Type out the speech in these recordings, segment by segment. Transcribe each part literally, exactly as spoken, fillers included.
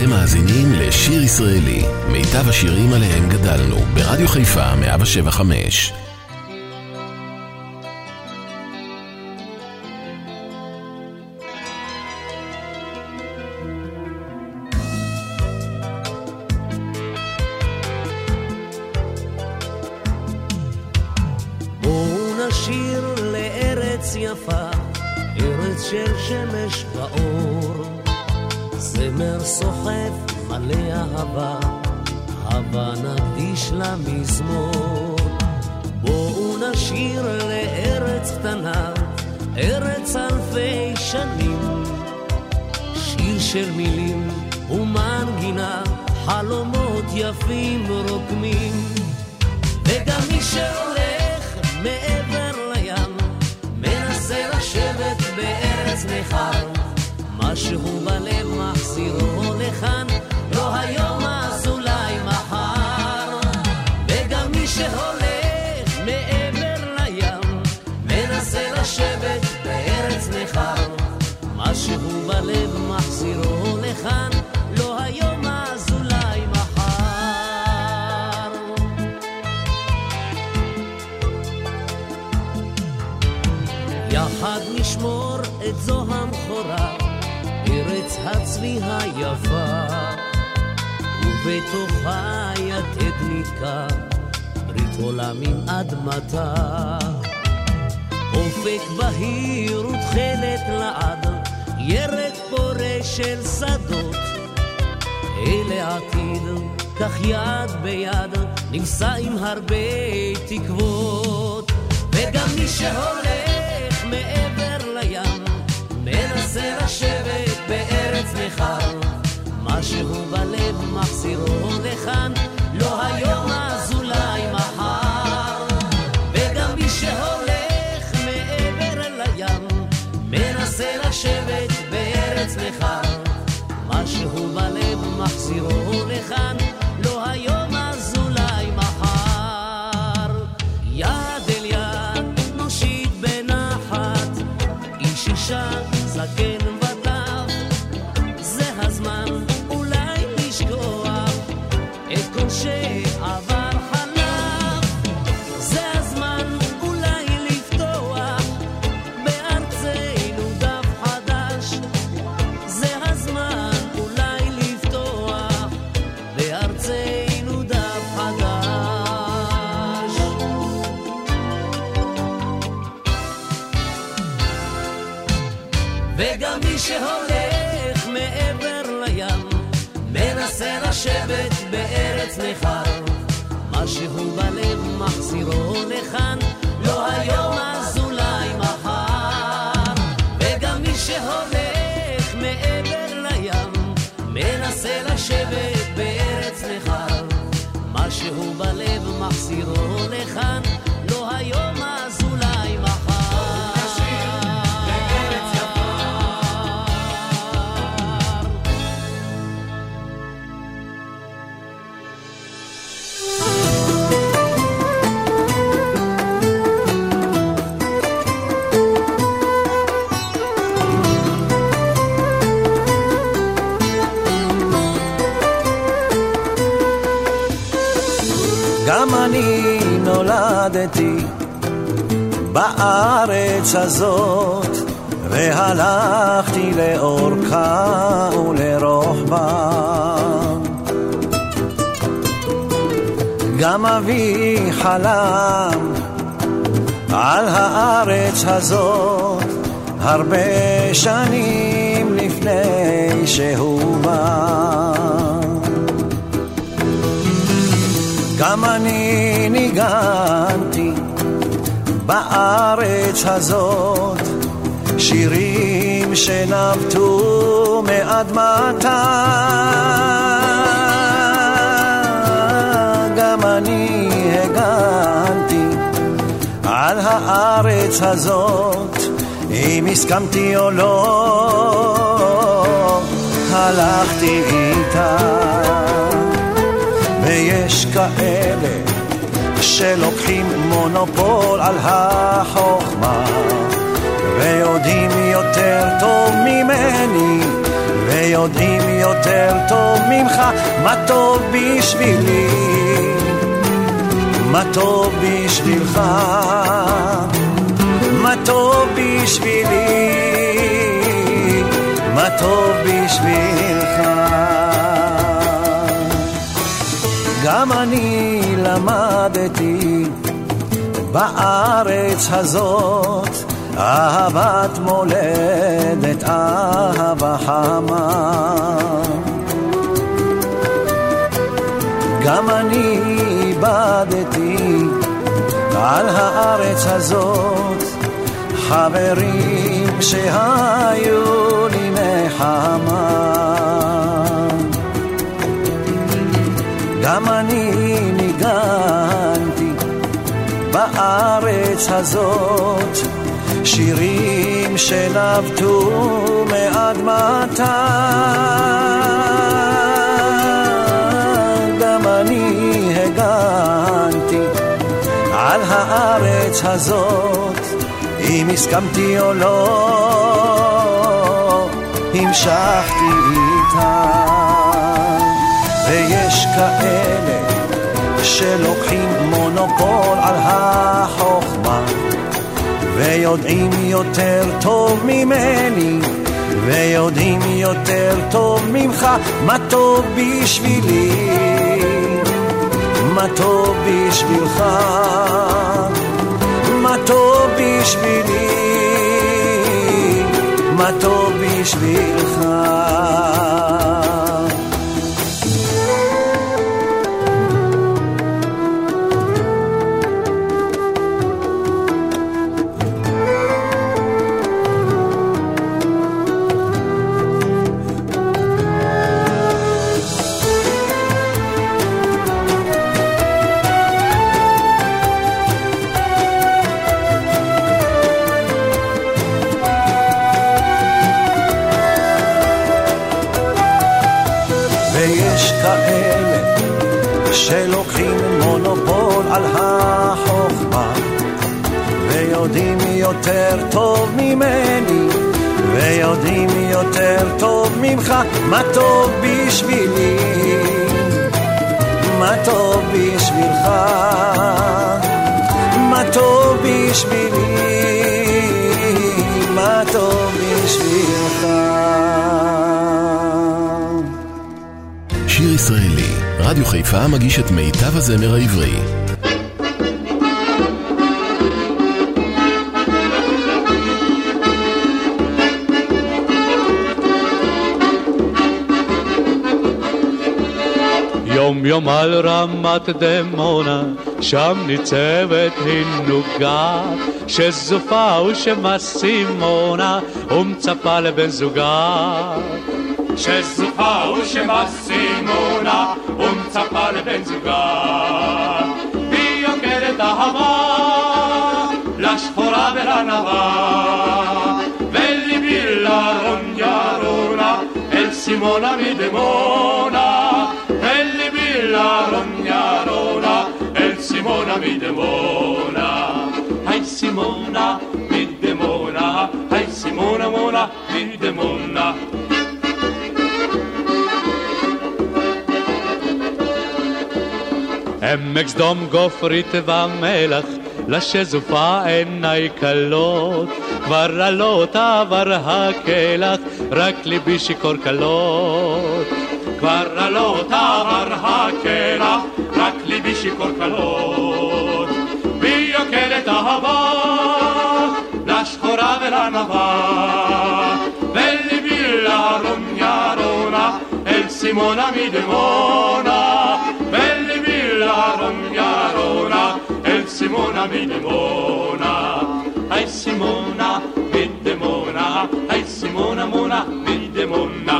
אתם מאזינים לשיר ישראלי, מיטב השירים עליהם גדלנו, ברדיו חיפה מאה שבע חמש. בואו נשיר לארץ יפה, ארץ של שמש ואור, זמר סוחף מלא אהבה, הבה נקדיש למזמור. בואו נשיר לארץ קטנה, ארץ אלפי שנים, שיר של מילים ומנגינה, חלומות יפים רוקמים. וגם מי שהולך מעבר לים מנסה לשבת בארץ נכר, משהו בלב מחזירו לכאן, לא היום אז אולי מחר. וגם מי שהולך מעבר לים מנסה לשבת בארץ נכר, משהו בלב מחזירו לכאן, לא היום אז אולי מחר. יחד נשמור את זו המחורה, ארץ הצבי היפה, ובתוכה יתד נתקע, ברית עולם עם אדמתה. אופק בהיר ותחלת לעד, ירד פורה של שדות, אלה עתיד, כך יד ביד, נמסע עם הרבה תקוות. וגם מי שהולך מעבר לים מנסה לשבת בארץ נכר, משהו בלב מחזירו לכאן, לא היום אז אולי מחר. וגם מי שהולך מעבר לים מנסה לשבת בארץ נכר, משהו בלב מחזירו לכאן, לא היום אז אולי מחר. יד אל יד נושיט בנחת, איש אישה זקן וטף, זה הזמן אולי לשכוח את כל שעבר חלף, זה הזמן אולי לפתוח בארצנו דף חדש, זה הזמן אולי לפתוח בארצנו דף חדש. וגם מי שהולך מעבר לים מנסה לשבת בארץ נכר, משהו בלב מחזירו לכאן, לא היום אז אולי מחר. וגם מי שהולך מעבר לים מנסה לשבת בארץ נכר, משהו בלב מחזירו לכאן, לא היום אז אולי מחר. גם אני נולדתי בארץ הזאת, והלכתי לאורכה ולרוחבה. גם אבי חלם על הארץ הזאת הרבה שנים לפני שהוא בא. גם אני ניגנתי בארץ הזאת שירים שנבטו מאדמתה. גם אני הגנתי על הארץ הזאת, אם הסכמתי או לא הלכתי איתה. ויש כאלה שלוקחים מונופול על החוכמה, ויודעים יותר טוב ממני, ויודעים יותר טוב מה טוב בשבילי, מה טוב בשבילך, מה טוב בשבילי, מה טוב בשבילך. גם אני למדתי בארץ הזאת אהבת מולדת, אהבה חמה. גם אני איבדתי על הארץ הזאת חברים שהיו לי נחמה. גם אני ניגנתי בארץ הזאת שירים שנבטו מאדמתה. גם אני הגנתי על הארץ הזאת, אם הסכמתי או לא המשכתי איתה. ויש כאלה שלוקחים מונופול על החוכמה ויודעים יותר טוב ממני, ויודעים יותר טוב ממך מה טוב בשבילי, מה טוב בשבילך, מה טוב בשבילי, מה טוב בשבילך. שלוקחים מונופול על החוכמה ויודעים יותר טוב ממני, ויודעים יותר טוב ממך מה טוב בשבילי, מה טוב בשבילך, מה טוב בשבילי, מה טוב בשבילך. שיר ישראלי, רדיו חיפה מגיש את מיטב הזמר העברי. יום יום על רמת דמונה, שם ניצבת הנוגה, שזופה ושמסימונה, ומצפה לבן זוגה. שזופה ושמסימונה, ומצפה לבן זוגה. והיא יוקדת אהבה, לשחורה ולנבה, וליבי לרון ירונה, אל סימונה מדמונה, וליבי לרון ירונה, אל סימונה מדמונה. היי סימונה מדמונה, היי סימונה מונה מדמונה. עמק סדום גופרית ומלח, לשזופה עיניי קלות, כבר עלות עבר הכלח, רק ליבי שיכור קלות. כבר עלות עבר הכלח, רק ליבי שיכור קלות. והיא יוקדת אהבה, לשחורה ולנבה, וליבי לרון ירונה, אל סימונה מדמונה, וליבי לרון ירונה, אל סימונה מדמונה. היי סימונה מדמונה, היי סימונה מונה מדמונה.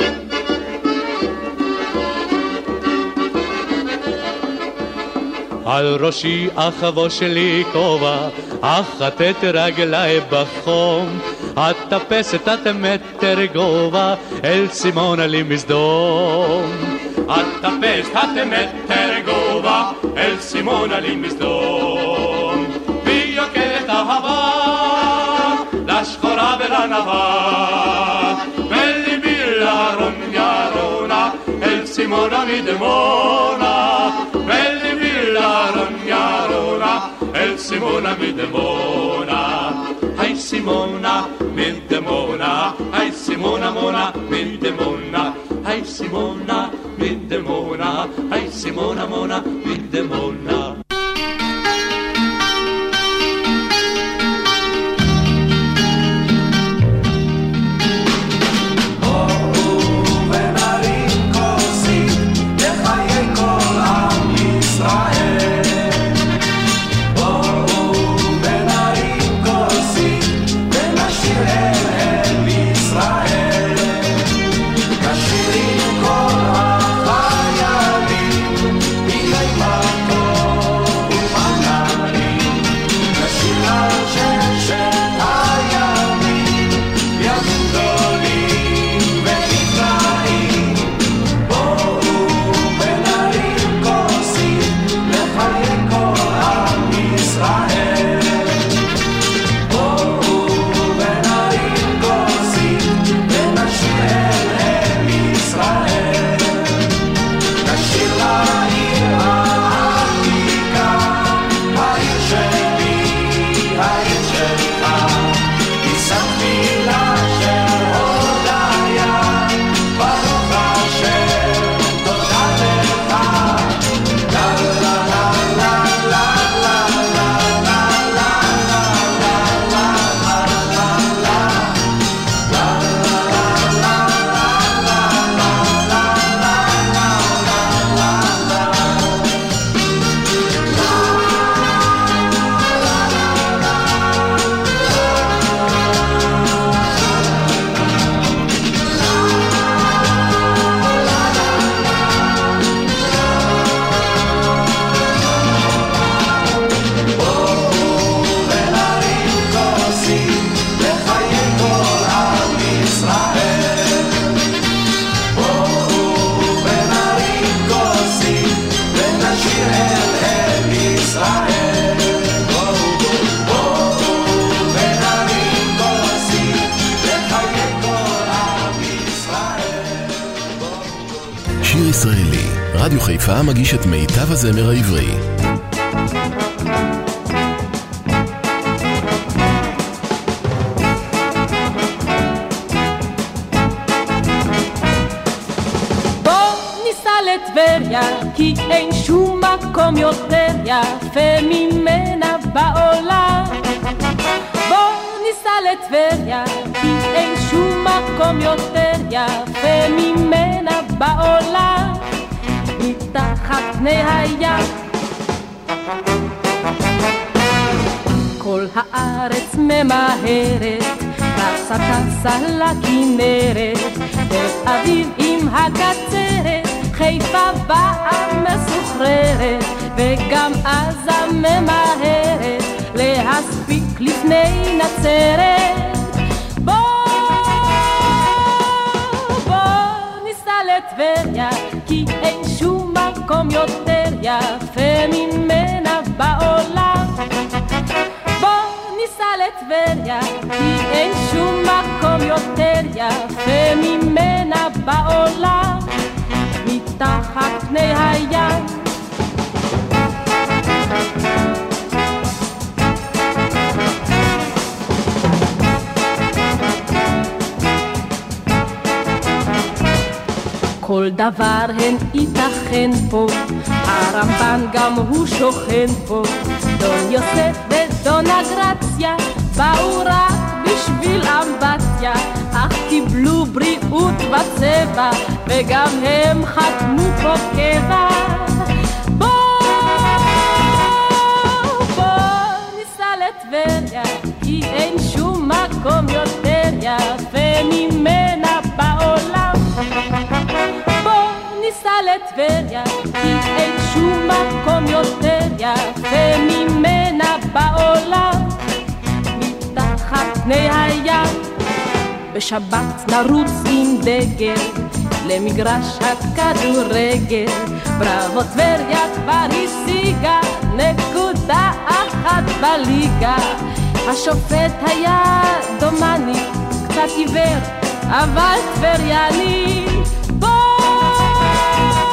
על ראשי אחבו שלי כובע, אחת את רגלי בחום, אטפס את מטר גובה, אל סימונה לי מסדום. אטפס את מטר גובה, אל סימונה לי מסדום. והיא יוקדת אהבה, לשחורה ולנבה, וליבי לרון ירונה, אל סימונה Simona mi demona, belli villa rognarona, el Simona mi demona. Ai Simona mi demona, ai Simona mona mi demona, ai Simona mi demona, ai Simona mona mi demona. שיר ישראלי, רדיו חיפה מגיש את מיטב הזמר העברי. בוא ניסע לטבריה, כי אין שום מקום יותר יפה ממנה בעולם. בוא ניסע לטבריה, כי אין שום מקום יותר יפה ממנה בעולם. מתחת פני הים כל הארץ ממהרת, טסה טסה לכנרת, תל אביב עם הקצרת, חיפה באה מסוחררת, וגם עזה ממהרת להספיק לפני נצרת. בוא בוא ניסע לטבריה, כי אין שום מקום יותר יפה ממנה בעולם. בוא ניסע לטבריה, כי אין שום מקום יותר יפה ממנה בעולם. מתחת פני הים כל דבר הן ייתכן פה, הרמב"ן גם הוא שוכן פה. דון יוסף ודון אגרציה באו רק בשביל אמבטיה, אך קיבלו בריאות בצבע וגם הם חתמו פה קבע. בוא בוא ניסע לטבריה, כי אין שום מקום יותר יפה ממנה בעולם. בוא ניסע לטבריה, כי אין שום מקום יותר יפה ממנה בעולם. מתחת פני הים בשבת נרוץ עם דגל למגרש הכדורגל. בראבו טבריה כבר השיגה נקודה אחת בליגה. השופט היה דומני, קצת עיוור אבל טברייני. בוא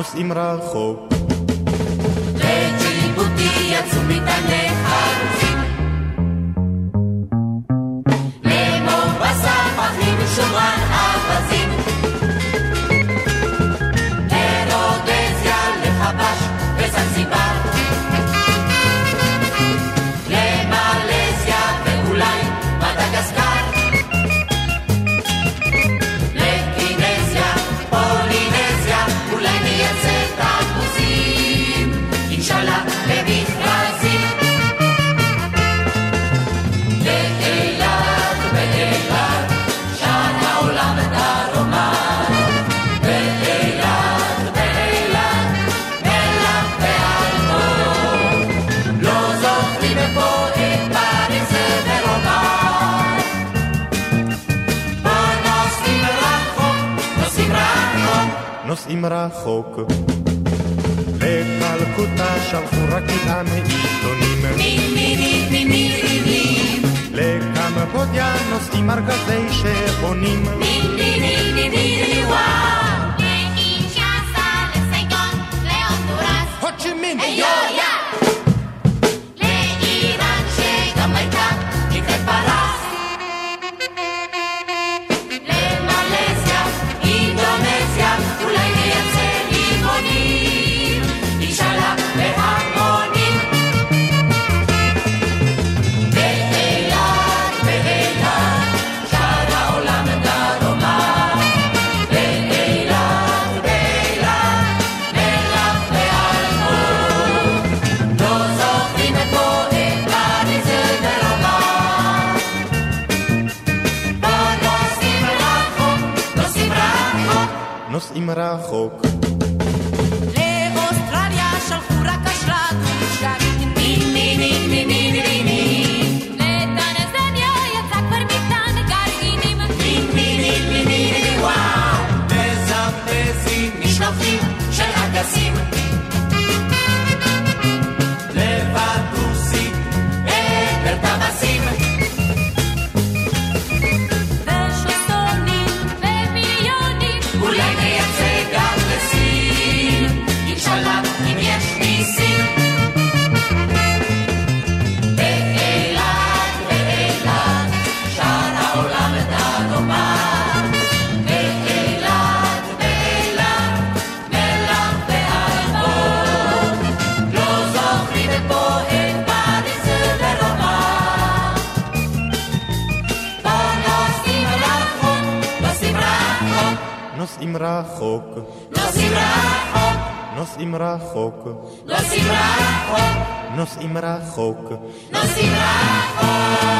נוסעים רחוק. לג'יבוטי יצאו מטעני חרוזים, למובסה פחים ושומרן אבזים, לרודזיה לחבש וזנזיבר, למלזיה ואולי מדגסקר, לקינזיה, פולינזיה, אולי נייצא תפוזים, אינשאללה במכרזים. לאילת, באילת, שאר העולם דרומה, באילת, באילת, מלח ואלמוג, לא זוכרים פה את פריז ורומא. בוא נוסעים רחוק, נוסעים רחוק, נוסעים רחוק. לקלקוטה שלחו רקיעה מעיתונים, לקמבודיה נוסעים ארגזי שעונים, לאינשאסה, לסייגון, להונדורס, הוצ'ימין, היויה, לאיראן שגם הייתה נקראת פרס, למלזיה, אינדונזיה, אולי נייצא לימונים, אינשאללה בהמונים. באילת, באילת, שאר העולם דרומה, באילת, באילת, מלח ואלמוג, לא זוכרים פה את פריז ורומא. בוא נוסעים רחוק, נוסעים רחוק, נוסעים רחוק. לאוסטרליה שלחו רק אשרת ושק, לטנזניה יצא כבר מטען גרעינים, מזמזים משלוחים של אגסים, לבטוסים עבר טבסים, ושוסונים ומיליונים, אולי נייצא גם לסין, אינשאללה אם יש ניסים. באילת, באילת, שאר העולם דרומה, באילת, באילת, מלח ואלמוג, לא זוכרים פה את פריז ורומא. בוא נוסעים רחוק, נוסעים רחוק, נוסעים רחוק. נוסעים רחוק, נוסעים רחוק. נוסעים רחוק, נוסעים רחוק. נוסעים רחוק.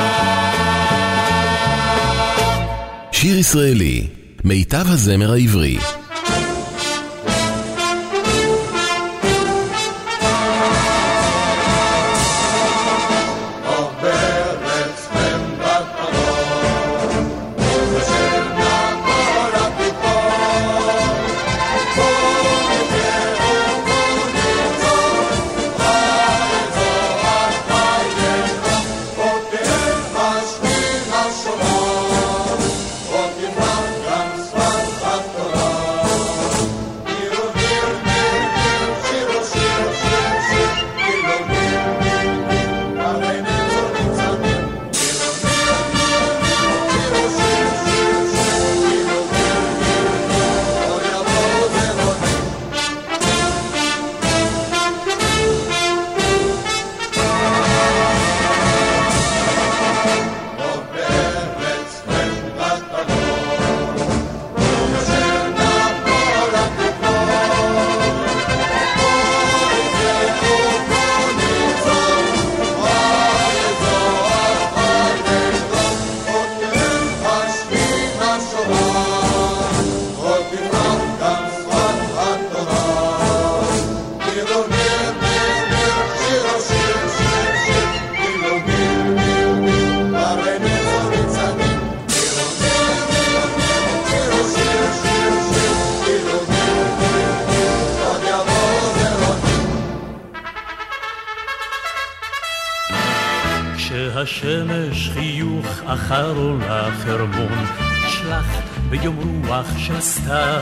שיר ישראלי, מיטב הזמר העברי. כשהשמש חיוך אחר עולה חרמון, ישלח ביום רוח של סתיו,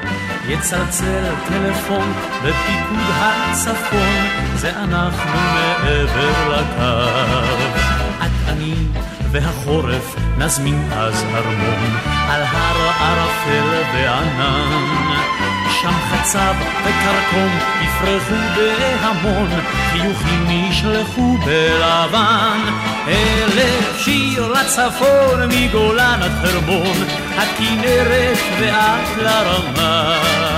יצלצל טלפון בפיקוד הצפון, זה אנחנו מעבר לקו. את אני והחורף נזמין אז הרמון על הר ערפל וענן, שם חצב וקרקום יפרחו בהמון, חיוכים ישלחו בלבן. אלף שיר לצפון מגולן עד חרמון, הכנרת ועד לרמה,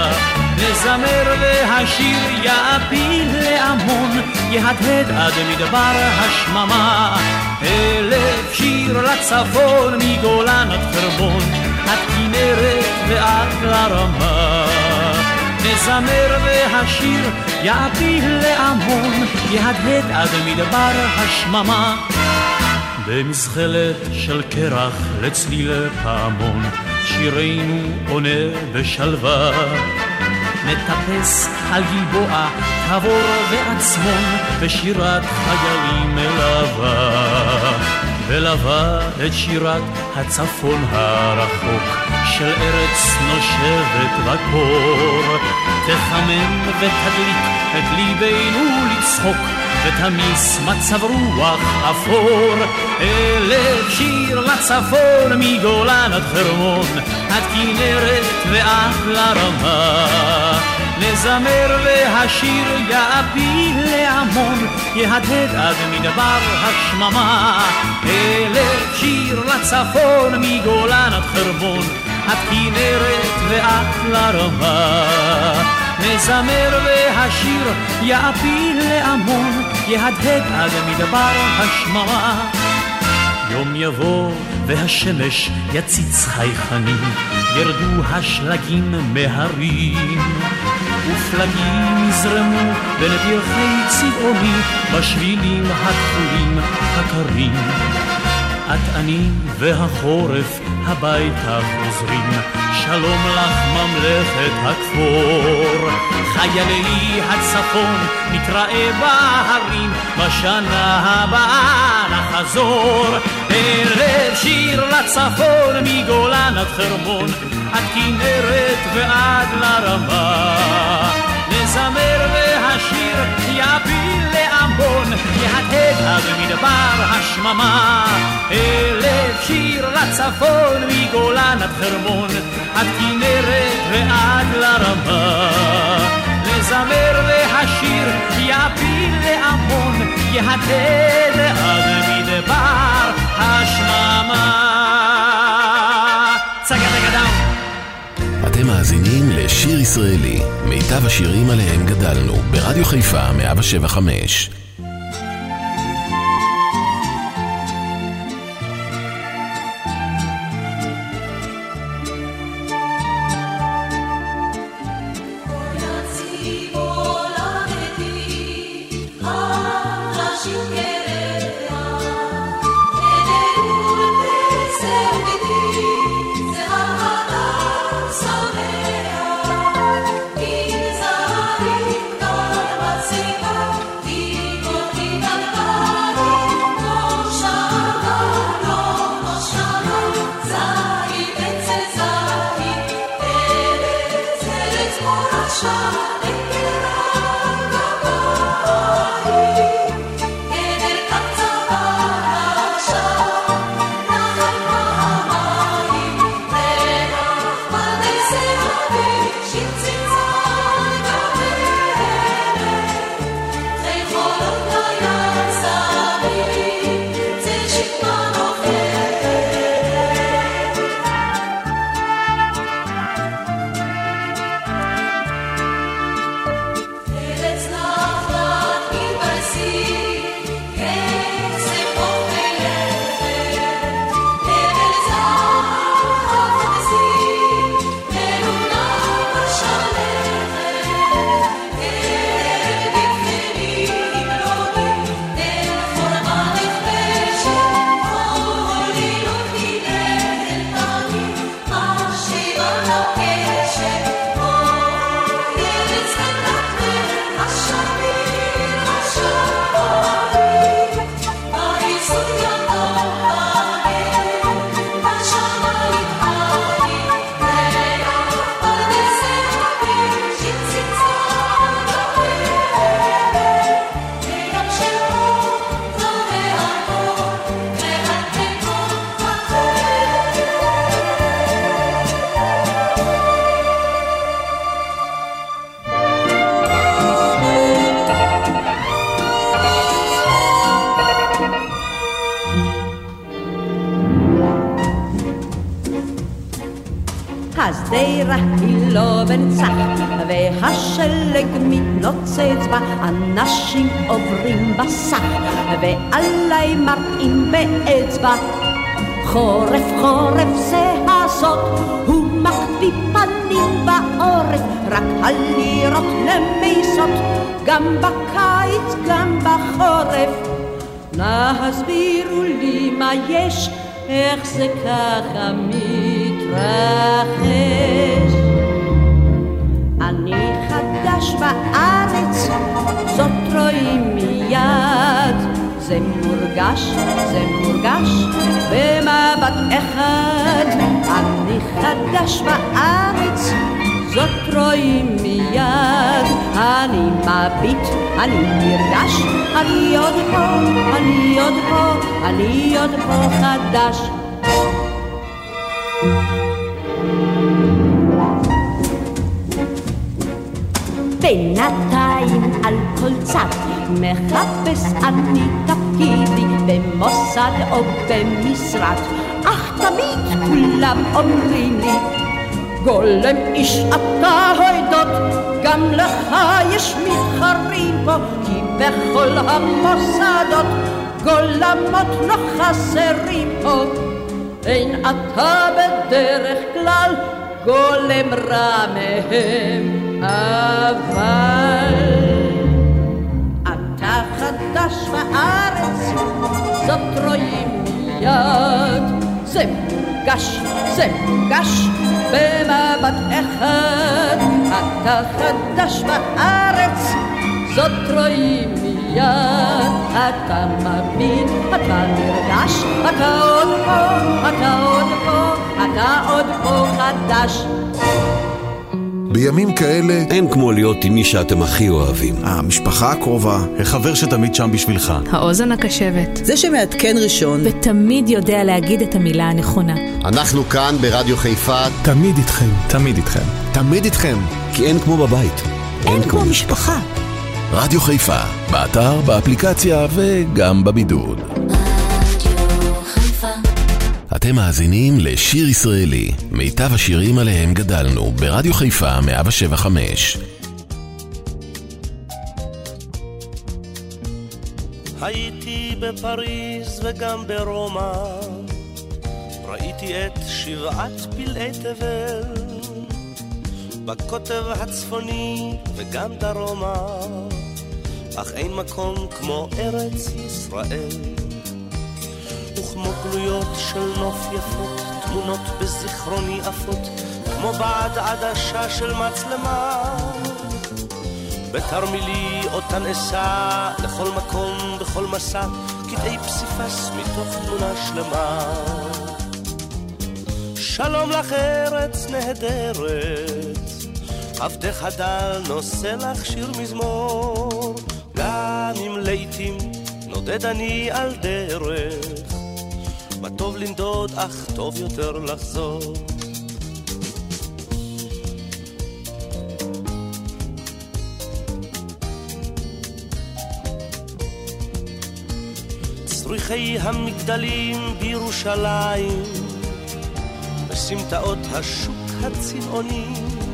נזמר והשיר יעפיל להמון, יהדהד עד מדבר השממה. אלף שיר לצפון מגולן עד חרמון, הכנרת ועד לרמה, נזמר והשיר יעפיל להמון, יהדהד עד מדבר השממה. במזחלת של קרח לצליל פעמון, שירנו עונה בשלווה, נטפס על גלבוע, תבור ועצמון, בשירת חיילים מלווה, ולווה את שירת הצפון הרחוק, של ארץ נושבת בקור, תחמם ותדליק את ליבנו לצחוק, ותמיס מצב רוח אפור. אלף שיר לצפון מגולן עד חרמון, עד כנרת ועד לרמה, נזמר והשיר יעפיל להמון, יהדהד עד מדבר השממה. אלף שיר לצפון מגולן עד חרמון, עד כנרת ועד לרמה, נזמר והשיר יעפיל להמון, יהדהד עד מדבר השממה. יום יבוא והשמש יציץ חייכנים, ירדו השלגים מהרים, ופלגים יזרמו בין פרחי צבעוני, בשבילים הכחולים הקרים. את אני והחורף הביתה חוזרים, שלום לך ממלכת הכפור. חיילי הצפון נתראה בהרים, בשנה הבאה נחזור. אלף שיר לצפון מגולן עד חרמון, עד כנרת ועד לרמה, נזמר והשיר יעפיל להמון, יהדהד עד מדבר השממה. אלף שיר לצפון מגולן עד חרמון, עד כנרת ועד לרמה, נזמר והשיר יעפיל להמון, יהדהד עד מדבר השממה. צגה תגדם. אתם מאזינים לשיר ישראלי, מיטב השירים עליהם גדלנו, ברדיו חיפה מאה שבע חמש. Be הזרע היא לא בנצח, והשלג מתנוצץ בה, אנשים עוברים בסך, ועלי מראים באצבע. חורף חורף זה הסוד, הוא מקפיא פנים בעורף, רק הלירות למיסות, גם בקיץ גם בחורף. נא הסבירו לי מה יש, איך זה ככה מתרחש. אני חדש בארץ, זאת רואים מיד, זה מורגש, זה מורגש במבט אחד. אני חדש בארץ, זאת רואים מיד. אני מביט, אני נרגש, אני עוד פה, אני עוד פה, אני עוד פה חדש. בינתיים על כל צד מחפש אני תפקידי במוסד או במשרד, אך תמיד כולם אומרים לי, גולם איש אתה הוידות, גם לך יש מתחרים פה, כי בכל המוסדות גולמות לא חסרים פה. אין אתה בדרך כלל גולם רע מהם, אבל אתה חדש בארץ, זאת רואים מיד, זה מורגש, זה מורגש במבט אחד. אתה חדש בארץ, זאת רואים מיד. אתה מביט, אתה נרגש, אתה עוד פה, אתה עוד פה, אתה עוד פה חדש. בימים כאלה אין כמו להיות עם מי שאתם הכי אוהבים. המשפחה הקרובה, החבר שתמיד שם בשבילך, האוזן הקשבת, זה שמעדכן ראשון ותמיד יודע להגיד את המילה הנכונה. אנחנו כאן ברדיו חיפה, תמיד איתכם, תמיד איתכם, תמיד איתכם, כי אין כמו בבית, אין כמו משפחה. רדיו חיפה, באתר, באפליקציה וגם בבידוד. אתם מאזינים לשיר ישראלי, מיטב השירים עליהם גדלנו, ברדיו חיפה מאה שבע חמש. הייתי בפריז וגם ברומא, ראיתי את שבעת פלאי תבל, בקוטב הצפוני וגם דרומה, אך אין מקום כמו ארץ ישראל. וכמו גלויות של נוף יפות, תמונות בזיכרוני עפות, כמו בעד עדשה של מצלמה. בתרמילי אותן אסע, לכל מקום, בכל מסע, קטעי פסיפס מתוך תמונה שלמה. שלום לך ארץ נהדרת, עבדך הדל נושא לך שיר מזמור, גם אם לעתים נודד אני על דרך, מה טוב לנדוד אך טוב יותר לחזור. צריכי המגדלים בירושלים, בסמטאות השוק הצבעוני,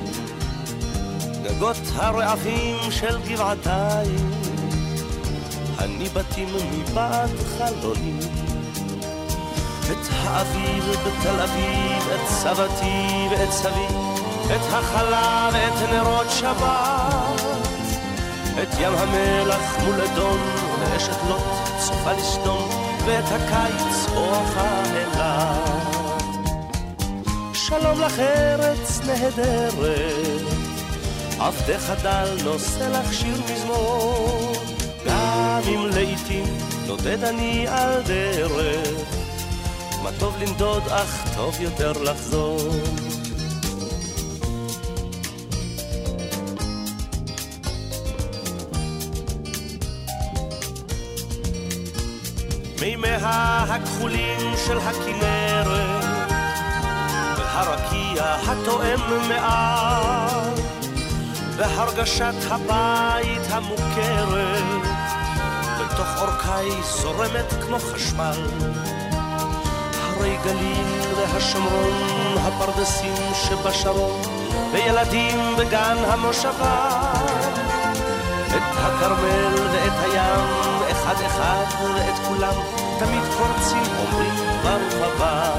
גגות הרעפים של גבעתיים, הניבטים מבעד חלוני. את האביב בתל אביב, את סבתי ואת סבי, את החלה ואת נרות שבת, את ים המלח מול אדום ואשת לוט צופה לסדום, ואת הקיץ אוחה אילת. שלום לך ארץ נהדרת, עבדך דל נושא לך שיר מזמור, גם אם לעתים נודד אני על דרך, מה טוב לנדוד אך טוב יותר לחזור. מימיה הכחולים של הכנרת והרקיע התואם מעט, והרגשת הבית המוכרת בתוך אורכי זורמת כמו חשמל. ערי גליל והשומרון, הפרדסים שבשרון, וילדים בגן המושבה. את הכרמל ואת הים, אחד אחד ואת כולם, תמיד קורצים אומרים ברוך הבא.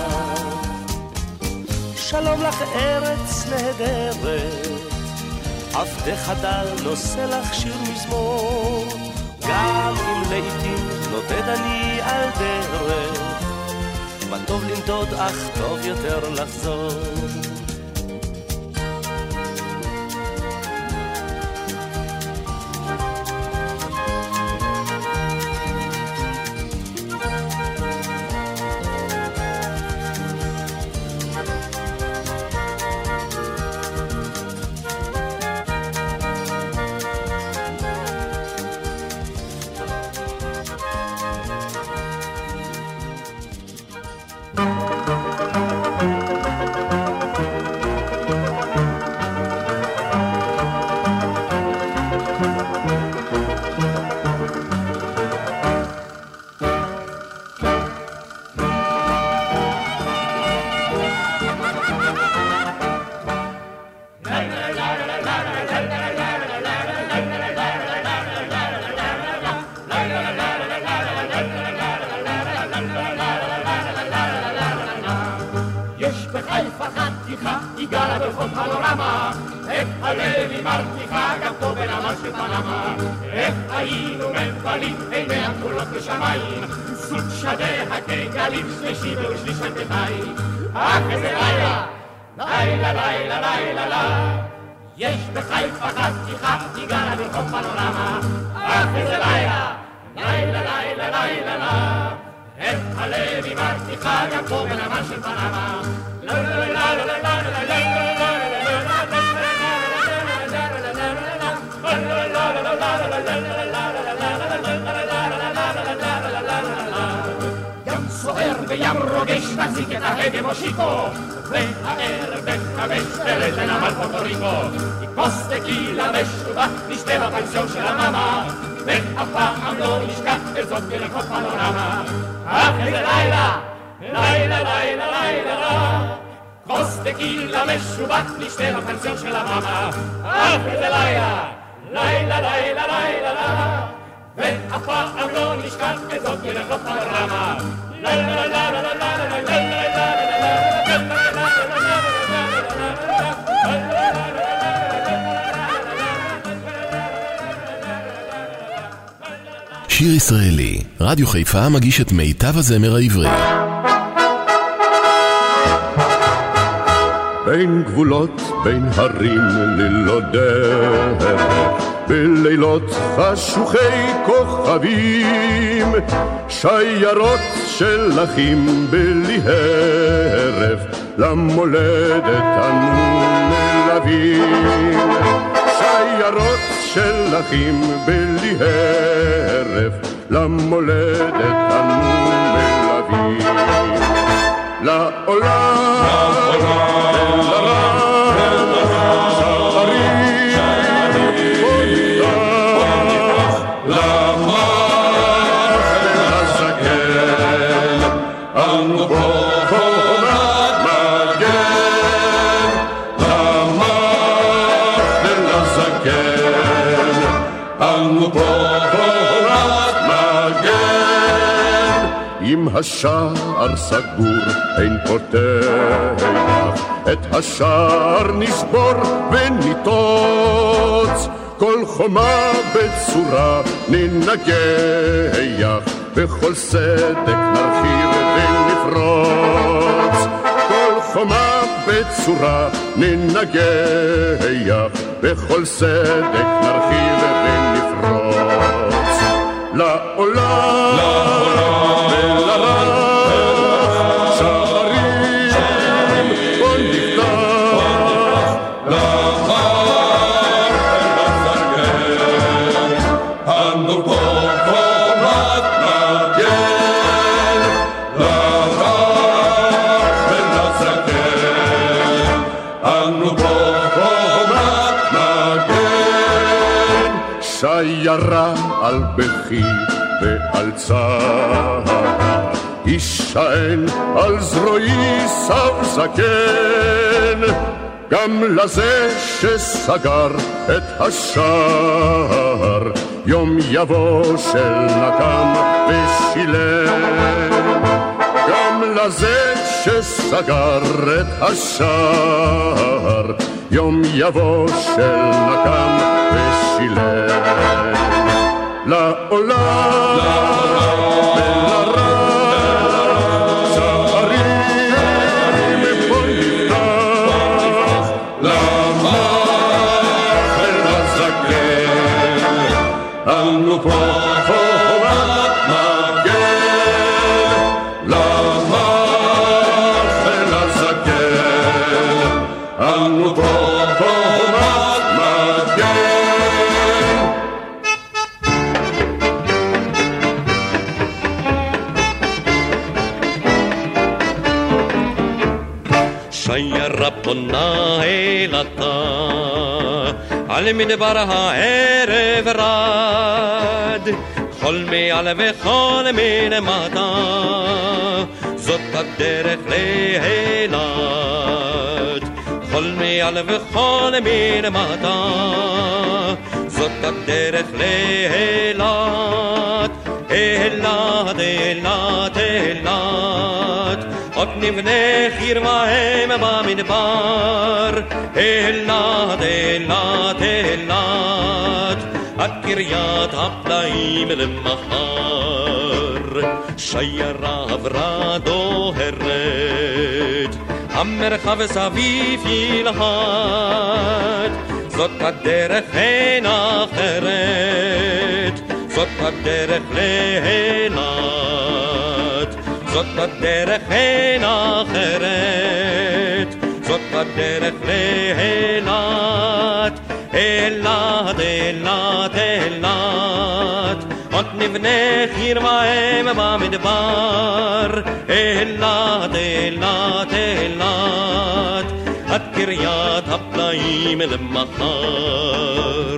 שלום לך ארץ נהדרת, עבדך דל נושא לך שיר מזמור, גם אם לעתים נודד אני על דרך, מה טוב לנדוד אך טוב יותר לחזור. יש בחיפה חתיכה, היא גרה ברחוב פנורמה. אך איזה לילה, לילה, לילה, לילה, לילה. את הלב היא מרתיחה גם פה בנמל של פנמה. לא, לא, לא, לא, לא, לא, ים סוער וים רוגש מחזיק את ההגה מושיקו, והערב בכבש תרד לנמל פורטוריקו. כוס טקילה משובח נשתה בפנסיון של המאמה, ואף פעם לא נשכח את זאת ברחוב פנורמה. אך איזה לילה, לילה, לילה, לילה, כוס טקילה משובח נשתה בפנסיון של המאמה. אך איזה לילה, לילה, לילה, לילה, ואף פעם לא נשכח את זאת ברחוב פנורמה. לילה, לילה, לילה, לילה, שיר ישראלי, רדיו חיפה מגיש את מיטב הזמר העברי. בין גבולות, בין הרים ללא דרך, בלילות חשוכי כוכבים, שיירות של אחים בלי הרף, למולדת אנו מלווים. שיירות של אחים בלי הרף, למולדת אנו מלווים. לעולם, לעולם, שערים פותח, למח ולזקן, אנו חומת מגן. למח ולזקן, אנו חומת מגן. אם השער סגור אין פותח, את השער נשבור וניטוץ, כל חומה בצורה ננגח, בכל סדק נרחיב ונפרוץ. כל חומה בצורה ננגח, בכל סדק נרחיב ונפרוץ. לעולם, לעולם ולרח, שערים בוא נפתח, למח ולזקן, אנו פה חומת מגן. למח ולזקן, אנו פה חומת מגן. שיירה על בכי ועל צהר, יישען על זרועי סב זקן, גם לזה שסגר את השער יום יבוא של נקם ושילם, גם לזה שסגר את השער יום יבוא של נקם ושילם. לעולם ולרע שערים בוא נפתח, למח אל הזקן אנו פה חומת מגן, למח אל הזקן אנו פה חומת מגן. שיירה פונה אל עתה על מדבר הערב רד, חול מעל וחול מלמטה, זאת הדרך לאילת. חול מעל וחול מלמטה, זאת הדרך לאילת. אילת, אילת, אילת, עוד נבנה חרמהם במדבר. אילת, אילת, אילת, עד קריית הפלאים למחר. שיירה עברה דוהרת, המרחב סביב ילהט, זאת הדרך אין אחרת, זאת הדרך לאילת, זאת הדרך אין אחרת, זאת הדרך לאילת. אילת, אילת, אילת, עוד נבנה חרמהם במדבר. אילת, אילת, אילת, עד קריית הפלאים למחר.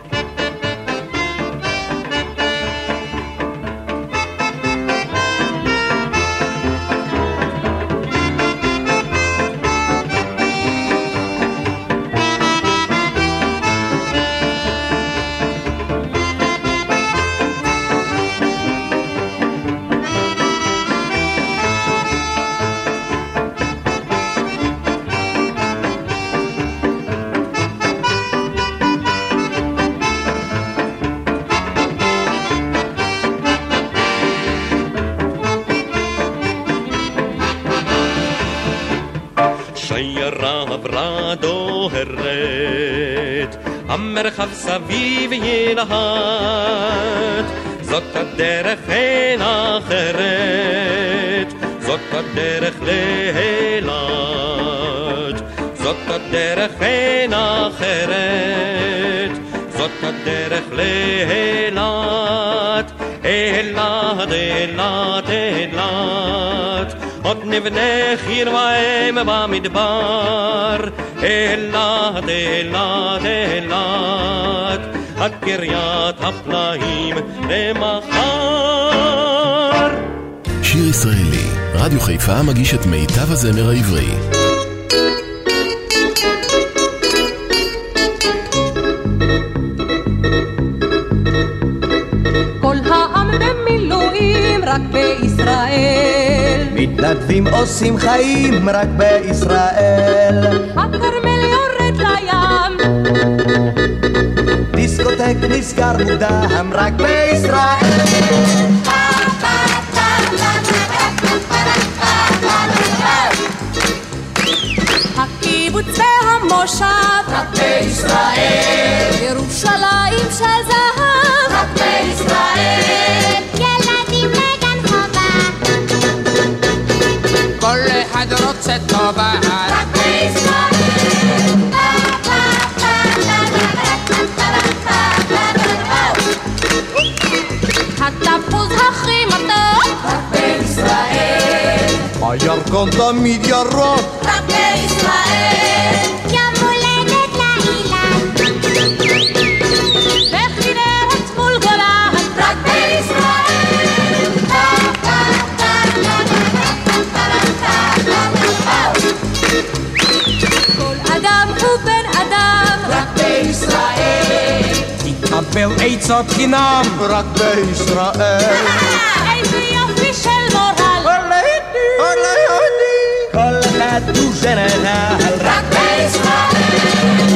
המרחב סביב ילהט, זאת הדרך אין אחרת, זאת הדרך לאילת, זאת הדרך אין אחרת, זאת הדרך לאילת. אילת, אילת, אילת, עוד נבנה חרמהם במדבר. אילת, אילת, אילת, עד קריית הפלאים למחר. שיר ישראלי, רדיו חיפה מגיש את מיטב הזמר העברי. כל העם במילואים רק בישראל, מתנדבים עושים חיים רק בישראל. הכרמל יורד לים, דיסקוטק נסגר מוקדם רק בישראל. הקיבוץ והמושב רק בישראל, ירושלים של זהב רק בישראל. ילדים לגן חובה, כל אחד רוצה טובה רק בישראל. התפוז הכי מתוק רק בישראל, הירקון תמיד ירוק רק בישראל. יום הולדת לאילן וכנרת מול גולן רק בישראל. עצות חינם רק בישראל. איזה יופי של מורל, כל אחד הוא ג'נרל רק בישראל.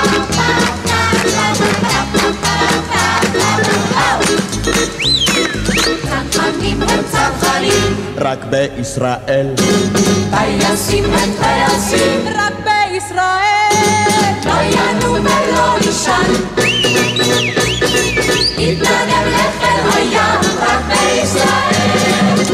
צנחנים הם צנחנים רק בישראל. טייסים הם טייסים רק בישראל. לא ינום ולא יישן, יתנדב לחיל הים רק בישראל.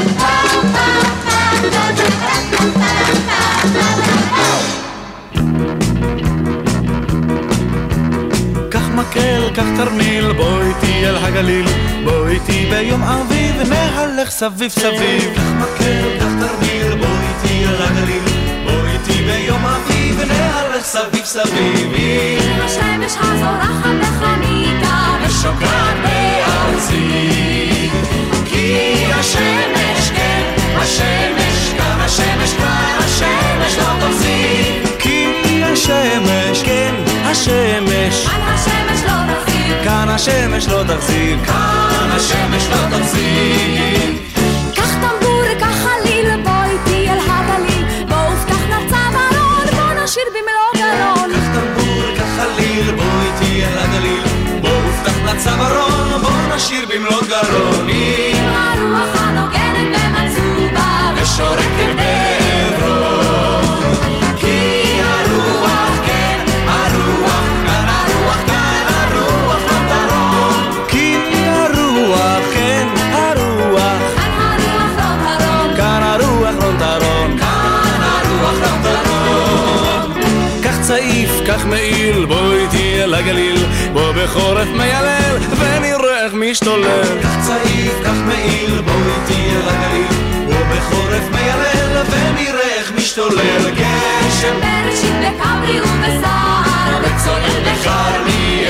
קח מקל, קח תרמיל, בוא איתי אל הגליל, בוא איתי ביום אביב נהלך סביב סביב. קח מקל, קח תרמיל, בוא איתי אל הגליל, בוא איתי ביום אביב נהלך סביב סביב. השמש הזורחת בחניתה ושוקעת בארצי, כי השמש כן, השמש כאן, השמש כאן, השמש לא תחזיק. כי השמש כן, השמש כאן השמש לא תחזיק, כאן השמש לא תחזיק, כאן השמש לא תחזיק. קח טמבור, קח חליל, בוא איתי אל הגליל, בוא ופתח נרצה ברון, בוא נשיר במלוא גרון. קח טמבור, קח חליל, בוא איתי אל הגליל, בוא ופתח לצווארון, בוא נשיר במלוא גרון. עם הרוח הנוגנת במצובה ושורקת בעברון, כי הרוח כן, הרוח כאן, הרוח כאן, הרוח לא תרון. כי הרוח כן, הרוח כאן הרוח לא תרון, כאן הרוח לא תרון, כאן הרוח לא תרון. קח צעיף, קח מעיל, בוא איתי אל הגליל, בוא בחורף מיילל ונראה איך משתולל. קח צעיף, קח מעיל, בוא איתי אל הגליל, בוא בחורף מיילל ונראה איך משתולל. גשם בראשית בכברי ובסער, וצולל בכרמיאל,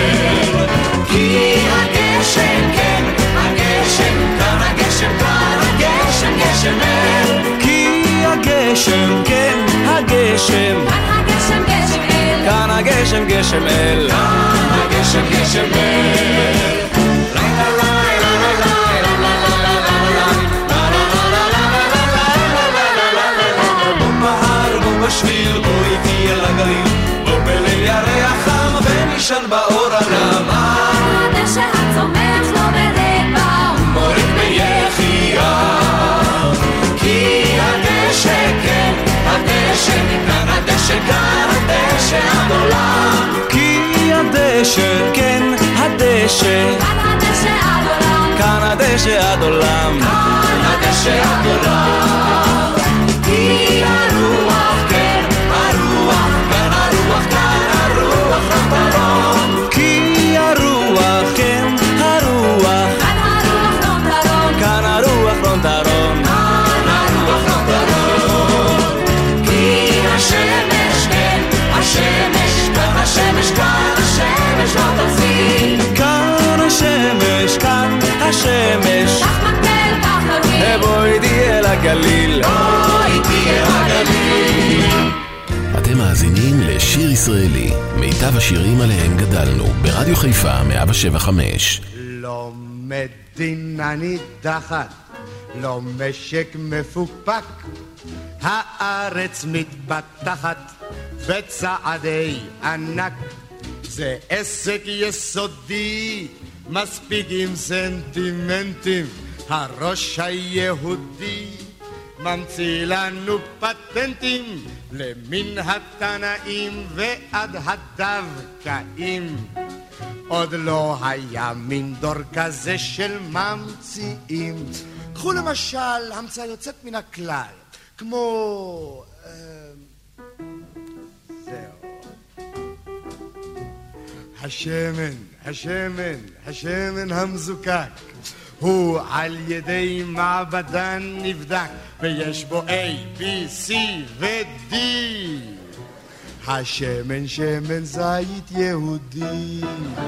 כי הגשם כן, הגשם כאן, הגשם כאן, הגשם גשם אל. כי הגשם כן, הגשם כאן הגשם גשם אל, כאן הגשם גשם אל, כאן הגשם גשם אל. בשביל בוא איתי אל הגליל, בוא בליל ירח חם ונישן באור הנם. הדשא הצומח לא ברבע מוריד ביחייה, כי הדשא כן, הדשא כאן, הדשא כאן, הדשא עד עולם. כי הדשא כן, הדשא כאן הדשא עד עולם, כאן הדשא עד עולם, כאן הדשא עד עולם. כי הרוח כן, הרוח כאן, הרוח כאן, הרוח לא תרון. כי הרוח כן, הרוח כאן הרוח לא תרון, כאן הרוח לא תרון, כאן הרוח לא תרון. כי השמש כן, השמש כאן, השמש כאן, השמש לא תחזיק. כאן השמש, כאן השמש. קח מקל, קח תרמיל, בוא איתי אל הגליל, בוא איתי אל הגליל. אתם מאזינים לשיר ישראלי, מיטב השירים עליהם גדלנו, ברדיו חיפה מאה שבע חמש. לא מדינה נידחת, לא משק מפוקפק, הארץ מתפתחת בצעדי ענק. זה עסק יסודי, מספיק עם סנטימנטים, הראש היהודי ממציא לנו פטנטים למן התנאים ועד הדווקאים. עוד לא היה מין דור כזה של ממציאים. קחו למשל המצאה יוצאת מן הכלל, כמו... אה, זהו. השמן, השמן, השמן המזוקק הוא על ידי מעבדן נבדק ויש בו A, B, C ו-D. השמן שמן זית יהודי.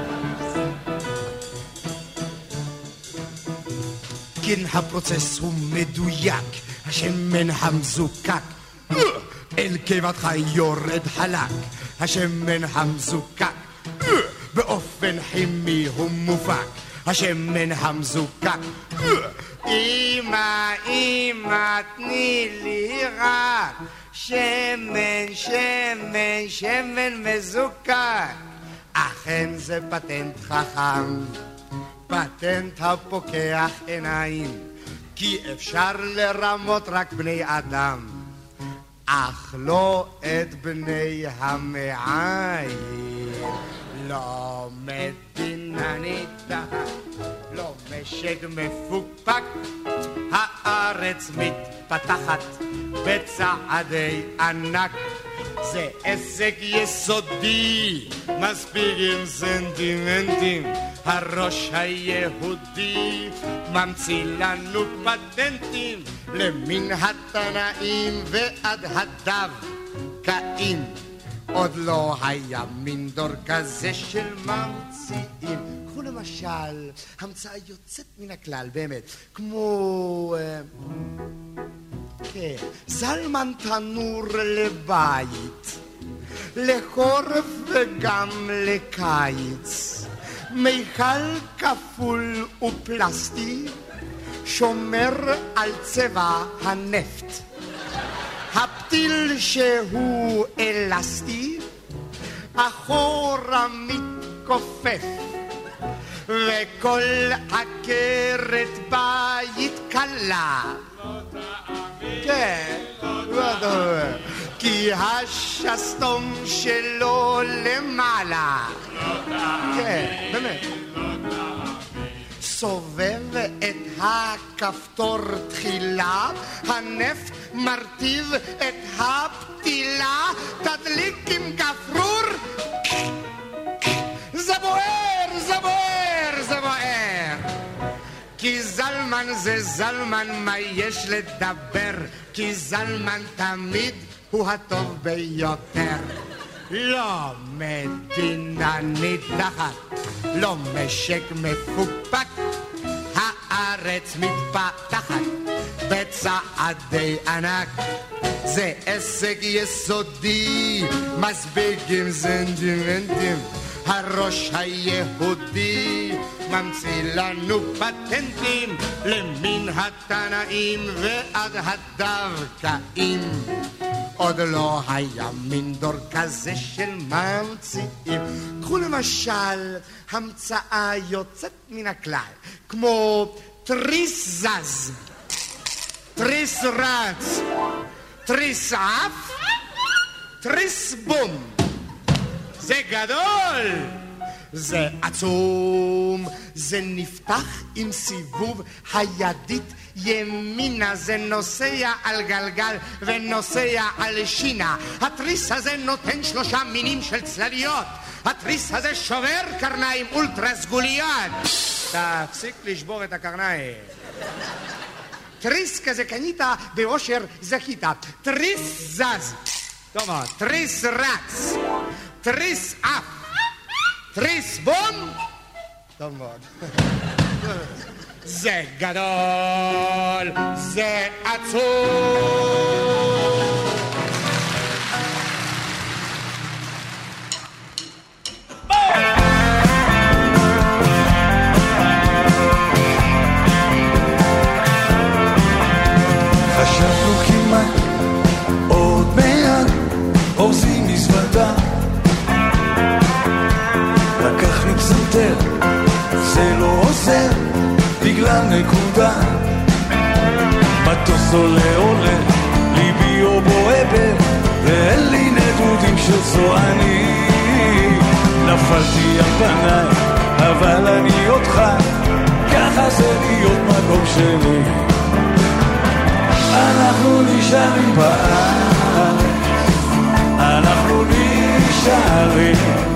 כן, הפרוצס הוא מדויק, השמן המזוקק אל קיבתך יורד חלק, השמן המזוקק באופן כימי הוא מופק, השמן המזוקק. אמא, אמא, תני לי רק שמן, שמן, שמן מזוקק. אכן זה פטנט חכם, פטנט הפוקח עיניים, כי אפשר לרמות רק בני אדם, אך לא את בני המעיים. לא מדינה ניתחת, לא משק מפוקפק, הארץ מתפתחת בצעדי ענק. זה עסק יסודי, מספיק עם סנטימנטים, הראש היהודי ממציא לנו פטנטים, למין התנאים ועד הדווקאים. עוד לא היה מין דור כזה של ממציאים. קחו למשל המצאה יוצאת מן הכלל, באמת, כמו כן, זלמן תנור לבית, לחורף וגם לקיץ, מיכל כפול ופלסטי, שומר על צבע הנפט, הפתיל שהוא אלסטי, אחורה מתכופף, וכל עקרת בית קלה. כן, כי השסתום שלו למעלה. כן, באמת. סובב את הכפתור תחילה, הנפט מרטיב את הפתילה, תדליק עם גפרור, זה בוער, זה בוער, זה בוער. כי זלמן זה זלמן, מה יש לדבר? כי זלמן תמיד הוא הטוב ביותר. לא מדינה נידחת, לא משק מפוקפק, הארץ מתפתחת בצעדי ענק. זה עסק יסודי, מספיק עם סנטימנטים, הראש היהודי ממציא לנו פטנטים, למין התנאים ועד הדווקאים. עוד לא היה מין דור כזה של ממציאים. קחו למשל המצאה יוצאת מן הכלל, כמו תריס זז, תריס רץ, תריס עף, תריס בום. זה גדול, זה עצום, זה נפתח עם סיבוב הידית ימינה, זה נוסע על גלגל ונוסע על שינה. התריס הזה נותן שלושה מינים של צלליות, התריס הזה שובר קרניים אולטרה סגוליות. תפסיק לשבור את הקרניים. תריס כזה קנית באושר זכית. תריס זז, טוב, תריס רץ, תריס אף, תריס בום, טוב מאוד. זה גדול, זה עצוב. חשבנו כמעט עוד מעט אורזים מזוודה, לקח לי פסנתר, זה לא עוזר בגלל נקודה. מטוס עולה עולה, ליבי או בועבר, ואין לי נדודים של זוהני. נפלתי על פניי, אבל אני אותך, ככה זה להיות מקום שלי. אנחנו נשארים בארץ, אנחנו נשארים,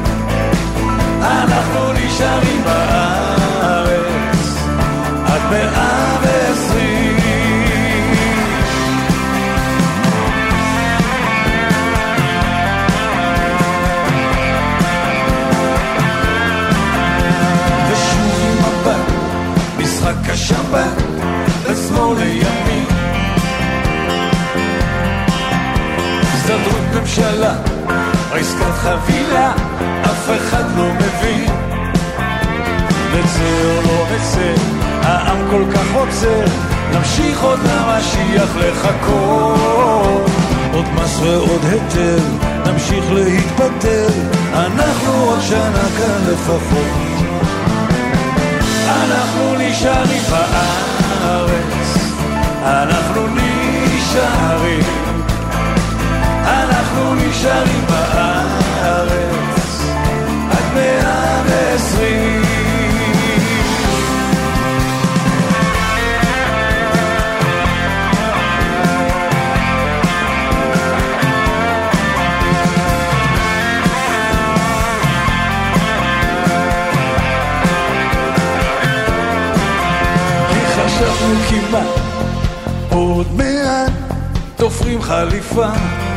אנחנו נשארים בארץ עד מאה ועשרים. ושוב עם מבט, משחק השבת, לשמאל לימין, הסתדרות ממשלה, עסקת חבילה, אף אחד לא מבין. נצא או לא נצא, העם כל כך עוצר, נמשיך עוד למשיח לחכות. עוד מס ועוד היטל, נמשיך להתפתל, אנחנו עוד שנה כאן לפחות. אנחנו נשארים בארץ, אנחנו נשארים, אנחנו נשארים בארץ עד מאה ועשרים. חשבנו כמעט עוד מעט תופרים חליפה,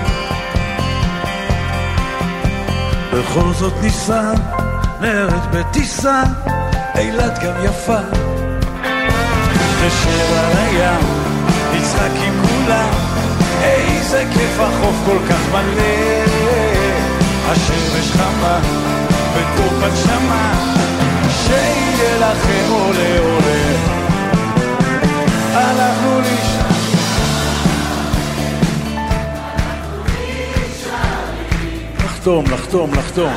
בכל זאת ניסה נרד בטיסה, אילת גם יפה, נשב על הים נצחק עם כולם, איזה כיף החוף כל כך מלא, השמש חמה וטוב בנשמה, שיהיה לכם עולה עולה. אנחנו נשארים, לחתום, לחתום, לחתום.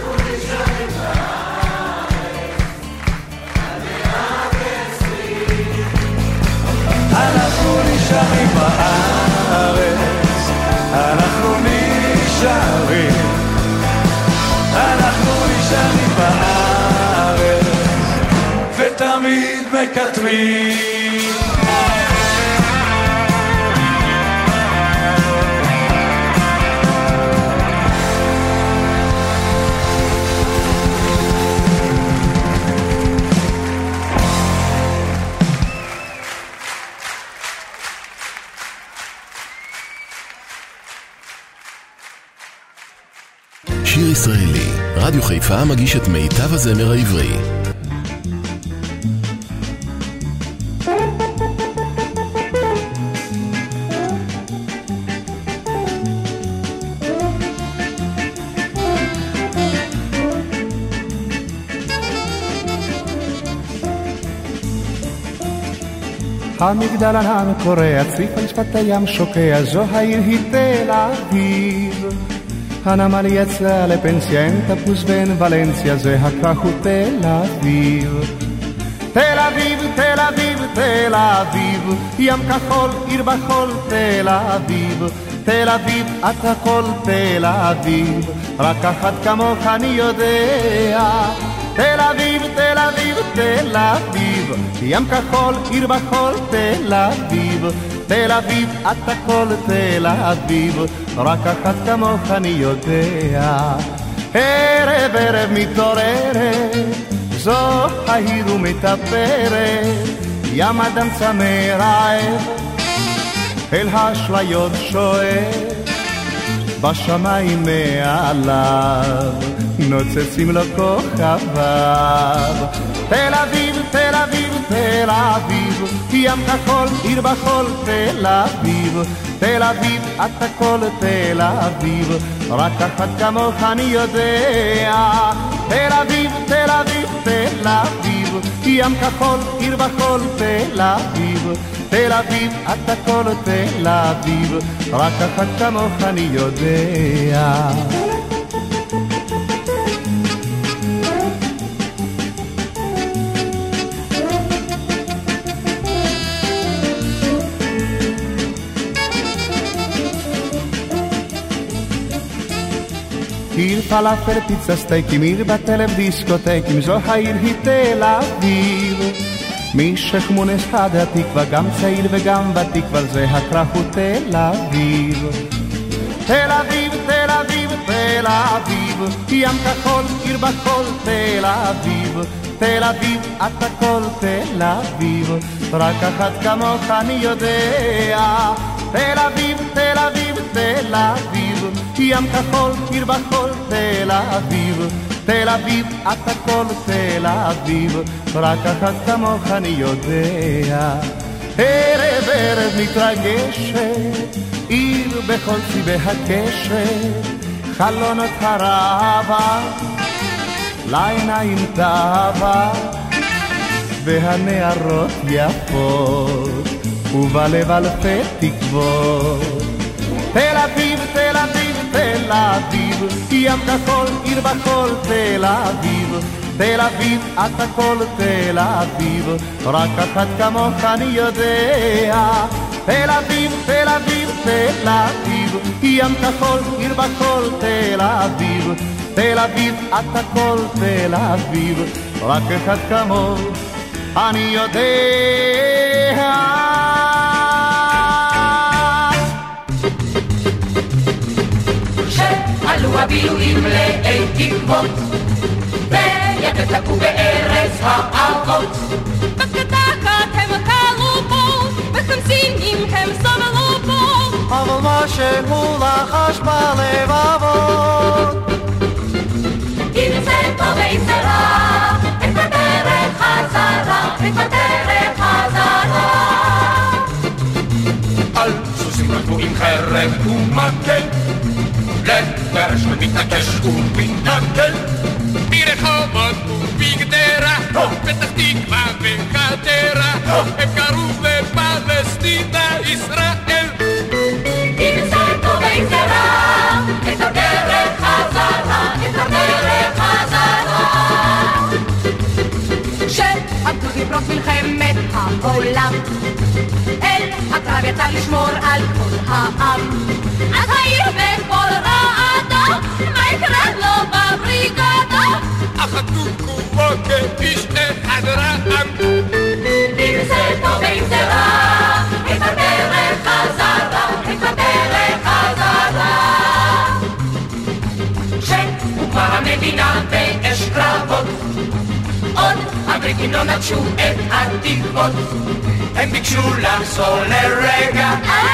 אנחנו נשארים בארץ, אנחנו נשארים, אנחנו נשארים בארץ, ותמיד מקטרים. שיר ישראלי, רדיו חיפה מגיש את מיטב הזמר העברי. המגדל ענן קורע, צריף על שפת הים שוקע, זו העיר היא תל אביב. הנמל יצא לפנסיה, אין תפוס בין ולנסיה, זה הכרך הוא תל אביב. תל אביב, תל אביב, תל אביב, ים כחול, עיר בחול, תל אביב. תל אביב, את הכל תל אביב, רק אחת כמוך אני יודע. תל אביב, תל אביב, תל אביב, ים כחול, עיר בחול, תל אביב. תל אביב, את הכל תל אביב, רק אחת כמוך אני יודע. ערב ערב מתעוררת, זו העיר ומתאפרת, ים אדם צמא רעב, אל האשליות שואף, בשמיים מעליו, נוצצים לו כוכביו. תל אביב, תל אביב, תל אביב, ים כחול, עיר בחול, תל אביב. תל אביב, את הכל תל אביב, רק אחת כמוך אני יודע. תל אביב, תל אביב, תל אביב, ים כחול, עיר בחול, תל אביב. תל אביב, את הכל תל אביב, רק אחת כמוך אני יודע. עיר פלאפל, פיצה, סטייקים, עיר בטלב, דיסקוטקים, זו העיר היא תל אביב. משכמונס עד התקווה, גם צעיר וגם ותיק, אבל זה הכרך הוא תל אביב. תל אביב, תל אביב, תל אביב, ים כחול, עיר בחול, תל אביב. תל אביב, את הכל תל אביב, רק אחת כמוך אני יודע. תל אביב, תל אביב, תל אביב, ים כחול, עיר בחול, תל אביב. תל אביב, את הכל תל אביב, רק אחת כמוך אני יודע. ערב ערב מתרגשת, עיר בכל צבעי הקשת, חלונות הרבה, לעיניים טבה, והנערות יפות, ובלב אלפי תקוות. תל אביב, תל אביב, תל אביב, ים כחול, עיר בחול, תל אביב. תל אביב, את הכל תל אביב, רק אחת כמוך אני יודע. תל אביב, תל אביב, תל אביב, ים כחול, עיר בחול, תל אביב. תל אביב, את הכל תל אביב, רק אחת כמוך אני יודע. שעלו הבילויים לאי תקוות, ויתתקו בארץ האבות. בקדקת הם קלו בו, בחמסינים הם סבלו בו, אבל מה שהוא לחש בלבבות. אם זה טוב ואם זה רע, את בדרך חזרה, את בדרך חזרה. על סוסים רדפו עם חרב ומקל, לגרש ומתנקש ומתנגל, ברחובות ובגדרה, פתח תקווה וחדרה, הם קראו לפלסטינה ישראל. אם זה טוב ואם זה רע, את הדרך חזרה, את הדרך חזרה. שעמדו לפרוץ מלחמת העולם, אל הקרב יצא לשמור על כל העם. אז העיר בכל רעדה, מה יקרה לו בבריגדה? אחדו כובו כאיש אחד רעם. אם זה טוב ואם זה רע, את הדרך חזרה, את הדרך חזרה. שהוקמה המדינה באש קרבות, עוד הבריטים לא נטשו את התקוות. הם ביקשו לחזור לרגע,